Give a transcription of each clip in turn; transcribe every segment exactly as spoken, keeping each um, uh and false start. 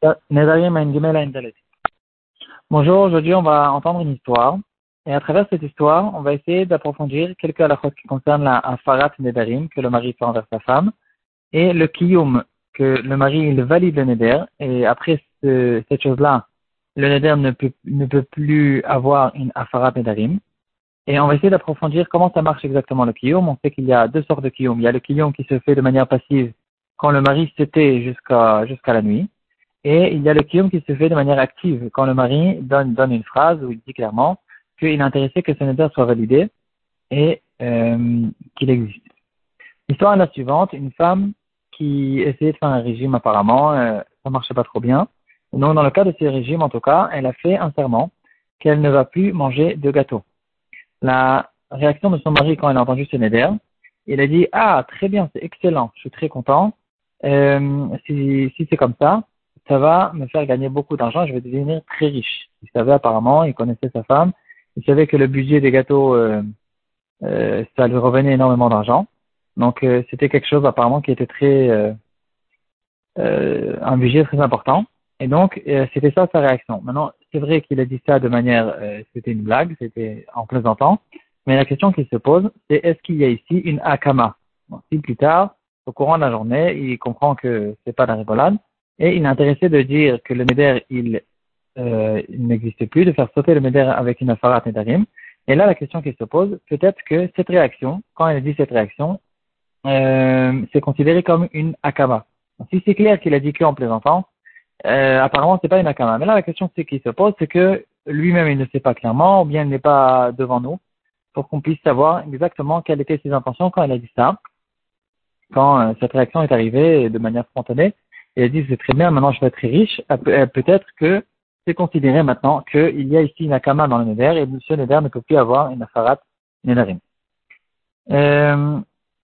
Nedarim Ain Gimel Ain Dalet. Bonjour, aujourd'hui on va entendre une histoire. Et à travers cette histoire, on va essayer d'approfondir quelques halachot qui concernent la Afarat Nedarim, que le mari fait envers sa femme, et le Kiyum, que le mari il valide le Neder, et après ce, cette chose-là, le Neder ne peut, ne peut plus avoir une Afarat Nedarim. Et on va essayer d'approfondir comment ça marche exactement le Kiyum. On sait qu'il y a deux sortes de Kiyum. Il y a le Kiyum qui se fait de manière passive quand le mari se tait jusqu'à, jusqu'à la nuit. Et il y a le Kiyum qui se fait de manière active quand le mari donne, donne une phrase où il dit clairement qu'il est intéressé que ce neder soit validé et euh, qu'il existe. L'histoire est la suivante. Une femme qui essayait de faire un régime apparemment, euh, ça marchait pas trop bien. Donc dans le cas de ce régime en tout cas, elle a fait un serment qu'elle ne va plus manger de gâteau. La réaction de son mari quand elle a entendu ce neder, il a dit « Ah, très bien, c'est excellent, je suis très content. Euh, si, si c'est comme ça, ça va me faire gagner beaucoup d'argent, je vais devenir très riche. » Il savait apparemment, il connaissait sa femme, il savait que le budget des gâteaux, euh, euh, ça lui revenait énormément d'argent. Donc euh, c'était quelque chose apparemment qui était très, euh, euh, un budget très important. Et donc euh, c'était ça sa réaction. Maintenant, c'est vrai qu'il a dit ça de manière, euh, c'était une blague, c'était en plaisantant. Mais la question qui se pose, c'est est-ce qu'il y a ici une akama? Bon, si plus tard, au courant de la journée, il comprend que c'est pas de la rigolade, et il est intéressé de dire que le neder, il, euh, il n'existe plus, de faire sauter le neder avec une afarat nedarim. Et là, la question qui se pose, peut-être que cette réaction, quand il a dit cette réaction, euh, c'est considéré comme une akama. Donc, si c'est clair qu'il a dit qu'en plaisantant, euh, apparemment c'est pas une akama. Mais là, la question qui se pose, c'est que lui-même il ne sait pas clairement, ou bien il n'est pas devant nous, pour qu'on puisse savoir exactement quelles étaient ses intentions quand il a dit ça. Quand euh, cette réaction est arrivée de manière spontanée, il a dit c'est très bien, maintenant je vais être très riche, euh, peut-être que c'est considéré maintenant qu'il y a ici une akama dans le neder et ce neder ne peut plus avoir une afarat nedarim. Euh,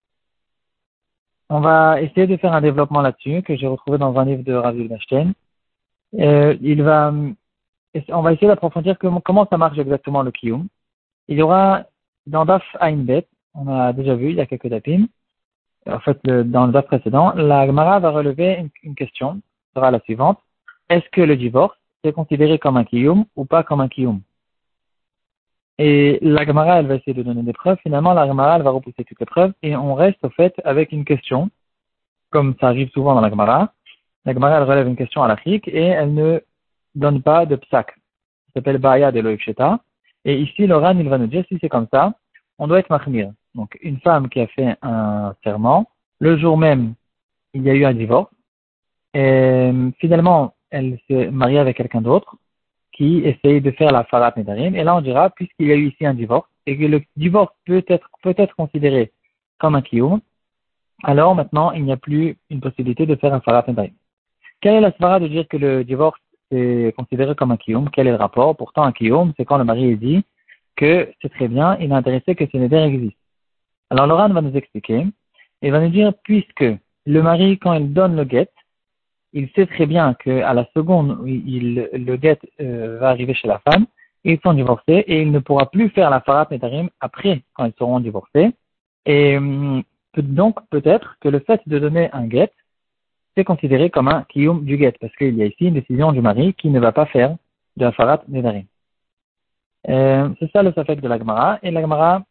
on va essayer de faire un développement là-dessus que j'ai retrouvé dans un livre de Rav Wildenstein. Euh, il va, on va essayer d'approfondir comment, comment ça marche exactement le kiyum. Il y aura dans Daf Ain Bet, on a déjà vu il y a quelques dapim, en fait le, dans le Daf précédent, la Gemara va relever une, une question, sera la suivante. Est-ce que le divorce est considéré comme un kiyum ou pas comme un kiyum? Et la Gemara, elle va essayer de donner des preuves. Finalement, la Gemara, elle va repousser toutes les preuves et on reste au fait avec une question, comme ça arrive souvent dans la Gemara. La Gemara, elle relève une question à l'Afrique et elle ne donne pas de psak. Ça s'appelle Baya de Loïfcheta. Et ici, le Ran, il va nous dire, si c'est comme ça, on doit être mahmir. Donc, une femme qui a fait un serment, le jour même, il y a eu un divorce, et finalement, elle s'est mariée avec quelqu'un d'autre, qui essaye de faire la farat nedarim, et là, on dira, puisqu'il y a eu ici un divorce, et que le divorce peut être, peut être considéré comme un kiyum, alors maintenant, il n'y a plus une possibilité de faire un farat nedarim. Quelle est la svara de dire que le divorce c'est considéré comme un kiyum? Quel est le rapport? Pourtant, un kiyum, c'est quand le mari dit que c'est très bien, il est intéressé que ce neder existe. Alors, Laurent va nous expliquer, et va nous dire, puisque le mari, quand il donne le guet, il sait très bien qu'à la seconde où il, le guet euh, va arriver chez la femme, ils sont divorcés, et il ne pourra plus faire la farat nedarim après, quand ils seront divorcés. Et donc, peut-être que le fait de donner un guet, c'est considéré comme un kiyum du guet, parce qu'il y a ici une décision du mari qui ne va pas faire de la farat nedarim. Euh, c'est ça le safek de la Gemara, et la Gemara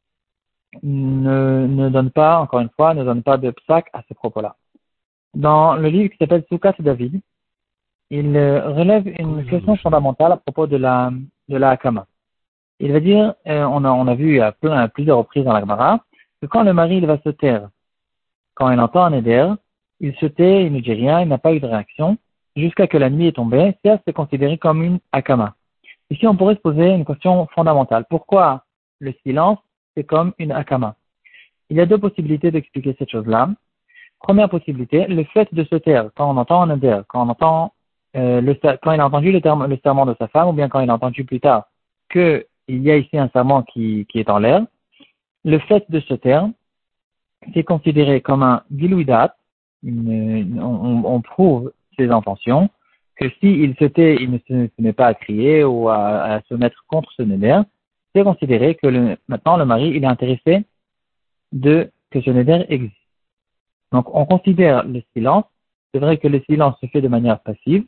ne, ne donne pas, encore une fois, ne donne pas de psak à ce propos-là. Dans le livre qui s'appelle Soukat David, il relève une question fondamentale à propos de la, de la Hakama. Il va dire, euh, on, a, on a vu à, plein, à plusieurs reprises dans la Gemara, que quand le mari il va se taire, quand il entend un éder, il se tait, il ne dit rien, il n'a pas eu de réaction, jusqu'à que la nuit est tombée, ça c'est considéré comme une akama. Ici, on pourrait se poser une question fondamentale. Pourquoi le silence, c'est comme une akama? Il y a deux possibilités d'expliquer cette chose-là. Première possibilité, le fait de se taire, quand on entend un éder, quand on entend, euh, le, quand il a entendu le, terme, le serment de sa femme, ou bien quand il a entendu plus tard qu'il y a ici un serment qui, qui est en l'air, le fait de se taire, c'est considéré comme un gilouidat. Une, on, on prouve ses intentions, que s'il se tait, il ne se, se met pas à crier ou à, à se mettre contre ce neder, c'est considéré que le, maintenant le mari il est intéressé de que ce neder existe. Donc on considère le silence, c'est vrai que le silence se fait de manière passive,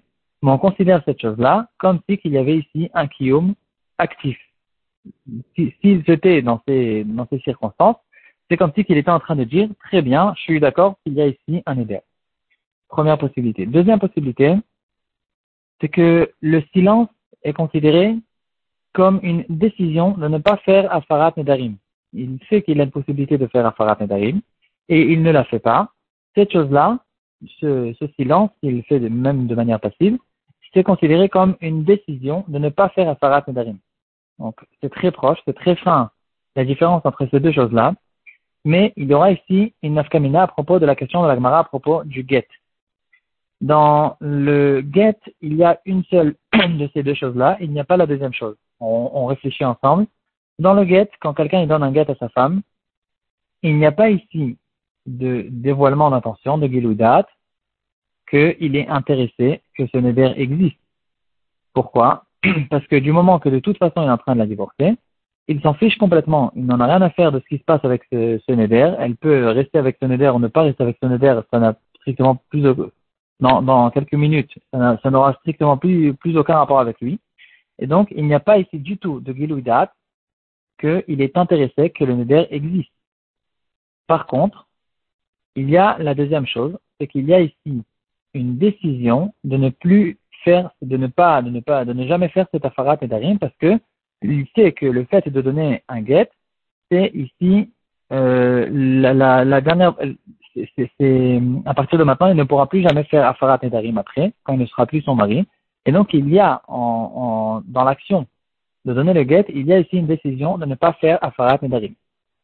Mais on considère cette chose-là comme si qu'il y avait ici un kiyum actif. Si, s'il était dans ces, dans ces circonstances, c'est comme si qu'il était en train de dire, très bien, je suis d'accord qu'il y a ici un éder. Première possibilité. Deuxième possibilité, c'est que le silence est considéré comme une décision de ne pas faire Afarat Nedarim. Il sait qu'il a une possibilité de faire Afarat Nedarim et il ne la fait pas. Cette chose-là, ce, ce silence, il le fait de, même de manière passive, c'est considéré comme une décision de ne pas faire Afarat Nedarim. Donc, c'est très proche, c'est très fin la différence entre ces deux choses-là. Mais il y aura ici une nafkamina à propos de la question de la Gemara à propos du get. Dans le get, il y a une seule de ces deux choses-là, il n'y a pas la deuxième chose. On, on réfléchit ensemble. Dans le get, quand quelqu'un il donne un get à sa femme, il n'y a pas ici de dévoilement d'intention, de giloudat, qu'il est intéressé que ce neder existe. Pourquoi? Parce que du moment que de toute façon il est en train de la divorcer, il s'en fiche complètement. Il n'en a rien à faire de ce qui se passe avec ce, ce neder. Elle peut rester avec ce neder ou ne pas rester avec ce neder. Ça n'a strictement plus, dans, dans quelques minutes, ça, ça n'aura strictement plus, plus aucun rapport avec lui. Et donc, il n'y a pas ici du tout de giloudat qu'il est intéressé que le neder existe. Par contre, il y a la deuxième chose, c'est qu'il y a ici une décision de ne plus faire, de ne pas, de ne pas, de ne jamais faire cet afarat nedarim parce que il sait que le fait de donner un get, c'est ici euh, la, la, la dernière, c'est, c'est, c'est à partir de maintenant, il ne pourra plus jamais faire afarat nedarim après, quand il ne sera plus son mari. Et donc il y a en, en, dans l'action de donner le get, il y a ici une décision de ne pas faire afarat nedarim.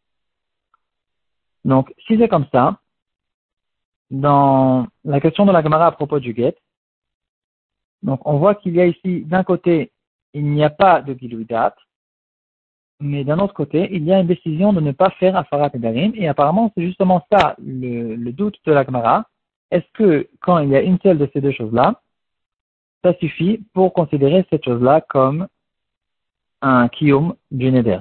Donc si c'est comme ça, dans la question de la Gemara à propos du get, donc on voit qu'il y a ici d'un côté il n'y a pas de giloudat, mais d'un autre côté, il y a une décision de ne pas faire Afarat Nedarim, et apparemment, c'est justement ça le, le doute de la Gemara. Est-ce que, quand il y a une seule de ces deux choses-là, ça suffit pour considérer cette chose-là comme un kiyum du neder?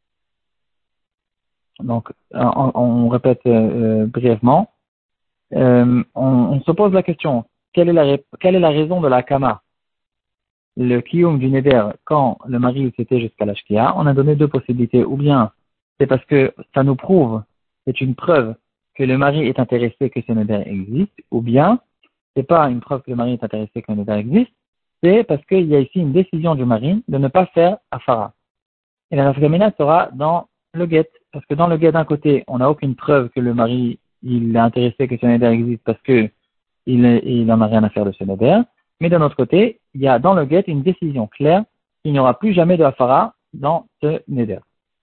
Donc, on, on répète euh, brièvement. Euh, on, on se pose la question, quelle est la, quelle est la raison de la kama? Le kiyum du neder, quand le mari s'était jusqu'à la shkia, on a donné deux possibilités. Ou bien, c'est parce que ça nous prouve, c'est une preuve que le mari est intéressé que ce neder existe, ou bien, c'est pas une preuve que le mari est intéressé que le neder existe, c'est parce qu'il y a ici une décision du mari de ne pas faire afara. Et la nafkamina sera dans le get, parce que dans le get d'un côté, on n'a aucune preuve que le mari, il est intéressé que ce neder existe parce que il, il en a rien à faire de ce neder. Mais d'un autre côté, il y a dans le get une décision claire qu'il n'y aura plus jamais de hafara dans ce neder.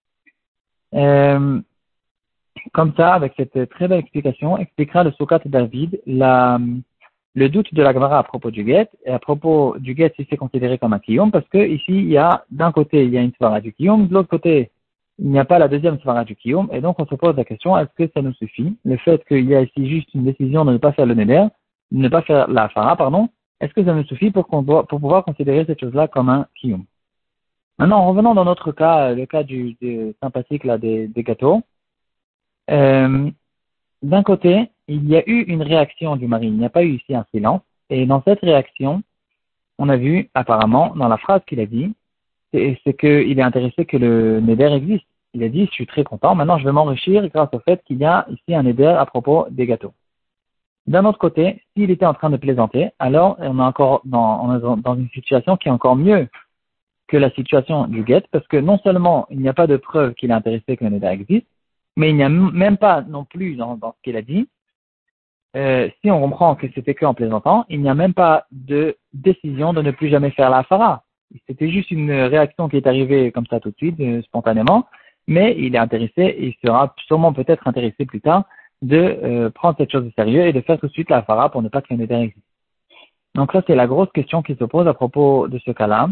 Euh, comme ça, avec cette très belle explication, expliquera le Sukkot David la, le doute de la Gemara à propos du get, et à propos du get si c'est considéré comme un kiyum, parce que ici, il y a, d'un côté, il y a une svara du kiyum, de l'autre côté, il n'y a pas la deuxième svara du kiyum, et donc on se pose la question, est-ce que ça nous suffit? Le fait qu'il y a ici juste une décision de ne pas faire le neder, de ne pas faire la hafara, pardon, est-ce que ça nous suffit pour, qu'on doit, pour pouvoir considérer cette chose-là comme un kiyum? Maintenant, revenons dans notre cas, le cas du, du sympathique là, des, des gâteaux. Euh, d'un côté, il y a eu une réaction du mari, il n'y a pas eu ici un silence. Et dans cette réaction, on a vu apparemment, dans la phrase qu'il a dit, c'est, c'est qu'il est intéressé que le neder existe. Il a dit, je suis très content, maintenant je vais m'enrichir grâce au fait qu'il y a ici un neder à propos des gâteaux. D'un autre côté, s'il était en train de plaisanter, alors on est encore dans, on est dans une situation qui est encore mieux que la situation du get, parce que non seulement il n'y a pas de preuve qu'il est intéressé que le neder existe, mais il n'y a m- même pas non plus dans, dans ce qu'il a dit, euh, si on comprend que c'était que en plaisantant, il n'y a même pas de décision de ne plus jamais faire la hafara. C'était juste une réaction qui est arrivée comme ça tout de suite, euh, spontanément, mais il est intéressé et il sera sûrement peut-être intéressé plus tard de euh, prendre cette chose au sérieux et de faire tout de suite la hafara pour ne pas que le neder existe. Donc ça, c'est la grosse question qui se pose à propos de ce cas-là.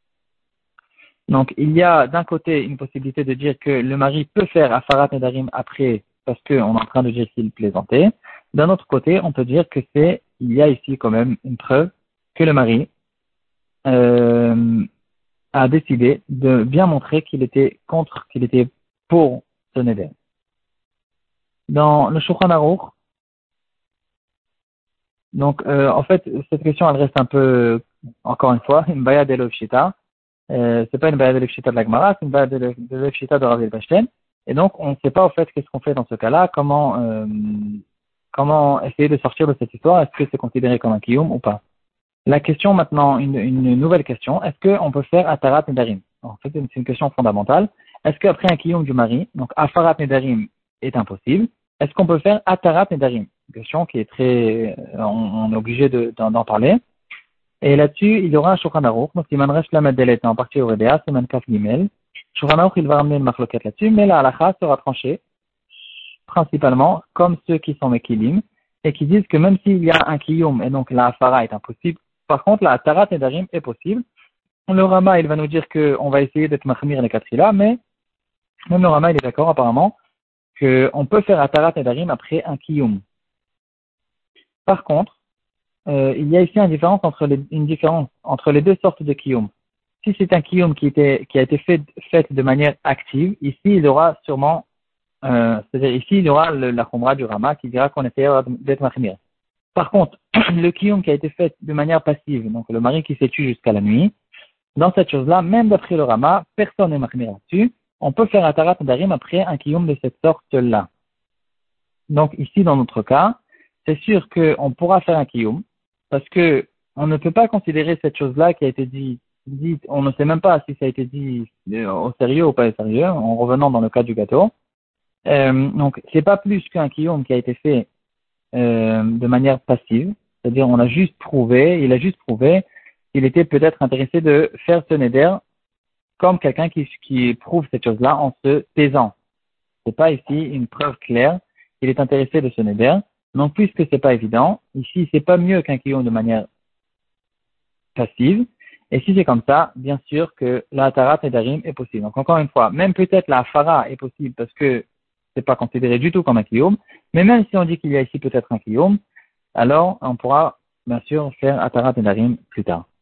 Donc, il y a d'un côté une possibilité de dire que le mari peut faire afarat nedarim après parce qu'on est en train de dire qu'il plaisantait. D'un autre côté, on peut dire que c'est, il y a ici quand même une preuve que le mari euh, a décidé de bien montrer qu'il était contre, qu'il était pour ce neder. Dans le Shulchan Aruch, donc euh, en fait cette question elle reste un peu encore une fois, une baya de l'Ovshita. Euh, c'est pas une baya de l'Ovshita de la Gemara, c'est une baya de l'Ovshita de Rav Elbashten. Et donc, on ne sait pas au fait qu'est-ce qu'on fait dans ce cas-là, comment, euh, comment essayer de sortir de cette histoire, est-ce que c'est considéré comme un kiyum ou pas. La question maintenant, une, une nouvelle question, est-ce qu'on peut faire Atarat Nedarim? En fait, c'est une question fondamentale. Est-ce qu'après un kiyum du mari, donc Afarat Nedarim est impossible, est-ce qu'on peut faire Atarat Nedarim? Une question qui est très, on, on est obligé de, d'en, d'en parler. Et là-dessus, il y aura un Shulchan Aruch, donc il m'adresse la Medelet en partie au Redea, c'est Mankaf Gimel. Shulchan Aruch, il va ramener le marloquette là-dessus, mais la halakha sera tranchée, principalement, comme ceux qui sont Mekilim, et qui disent que même s'il y a un kiyum, et donc la Afara est impossible, par contre, la Atarat Nedarim est possible. Le Rama, il va nous dire qu'on va essayer d'être Mahmir les quatre là, mais même le Rama, il est d'accord apparemment qu'on peut faire Atarat Nedarim après un kiyum. Par contre, euh, il y a ici une différence entre les, une différence entre les deux sortes de kiyum. Si c'est un kiyum qui, était, qui a été fait, fait de manière active, ici il y aura sûrement, euh, c'est-à-dire ici il y aura le, la khumra du Rama qui dira qu'on essayera d'être Mahmir. Par contre, le kiyum qui a été fait de manière passive, donc le mari qui s'est tué jusqu'à la nuit, dans cette chose-là, même d'après le Rama, personne n'est Mahmir là-dessus. On peut faire Atarat Nedarim après un kiyum de cette sorte-là. Donc ici, dans notre cas, c'est sûr qu'on pourra faire un kiyum, parce que on ne peut pas considérer cette chose-là qui a été dit, dit, on ne sait même pas si ça a été dit au sérieux ou pas au sérieux, en revenant dans le cas du gâteau. Euh, donc c'est pas plus qu'un kiyum qui a été fait euh, de manière passive, c'est-à-dire on a juste prouvé, il a juste prouvé qu'il était peut-être intéressé de faire ce neder comme quelqu'un qui, qui prouve cette chose-là en se taisant. C'est pas ici une preuve claire qu'il est intéressé de ce neder. Donc, puisque c'est pas évident, ici, c'est pas mieux qu'un kiyum de manière passive. Et si c'est comme ça, bien sûr que la Atarat Nedarim est possible. Donc, encore une fois, même peut-être la Afara est possible parce que c'est pas considéré du tout comme un kiyum. Mais même si on dit qu'il y a ici peut-être un kiyum, alors on pourra, bien sûr, faire Atarat Nedarim plus tard.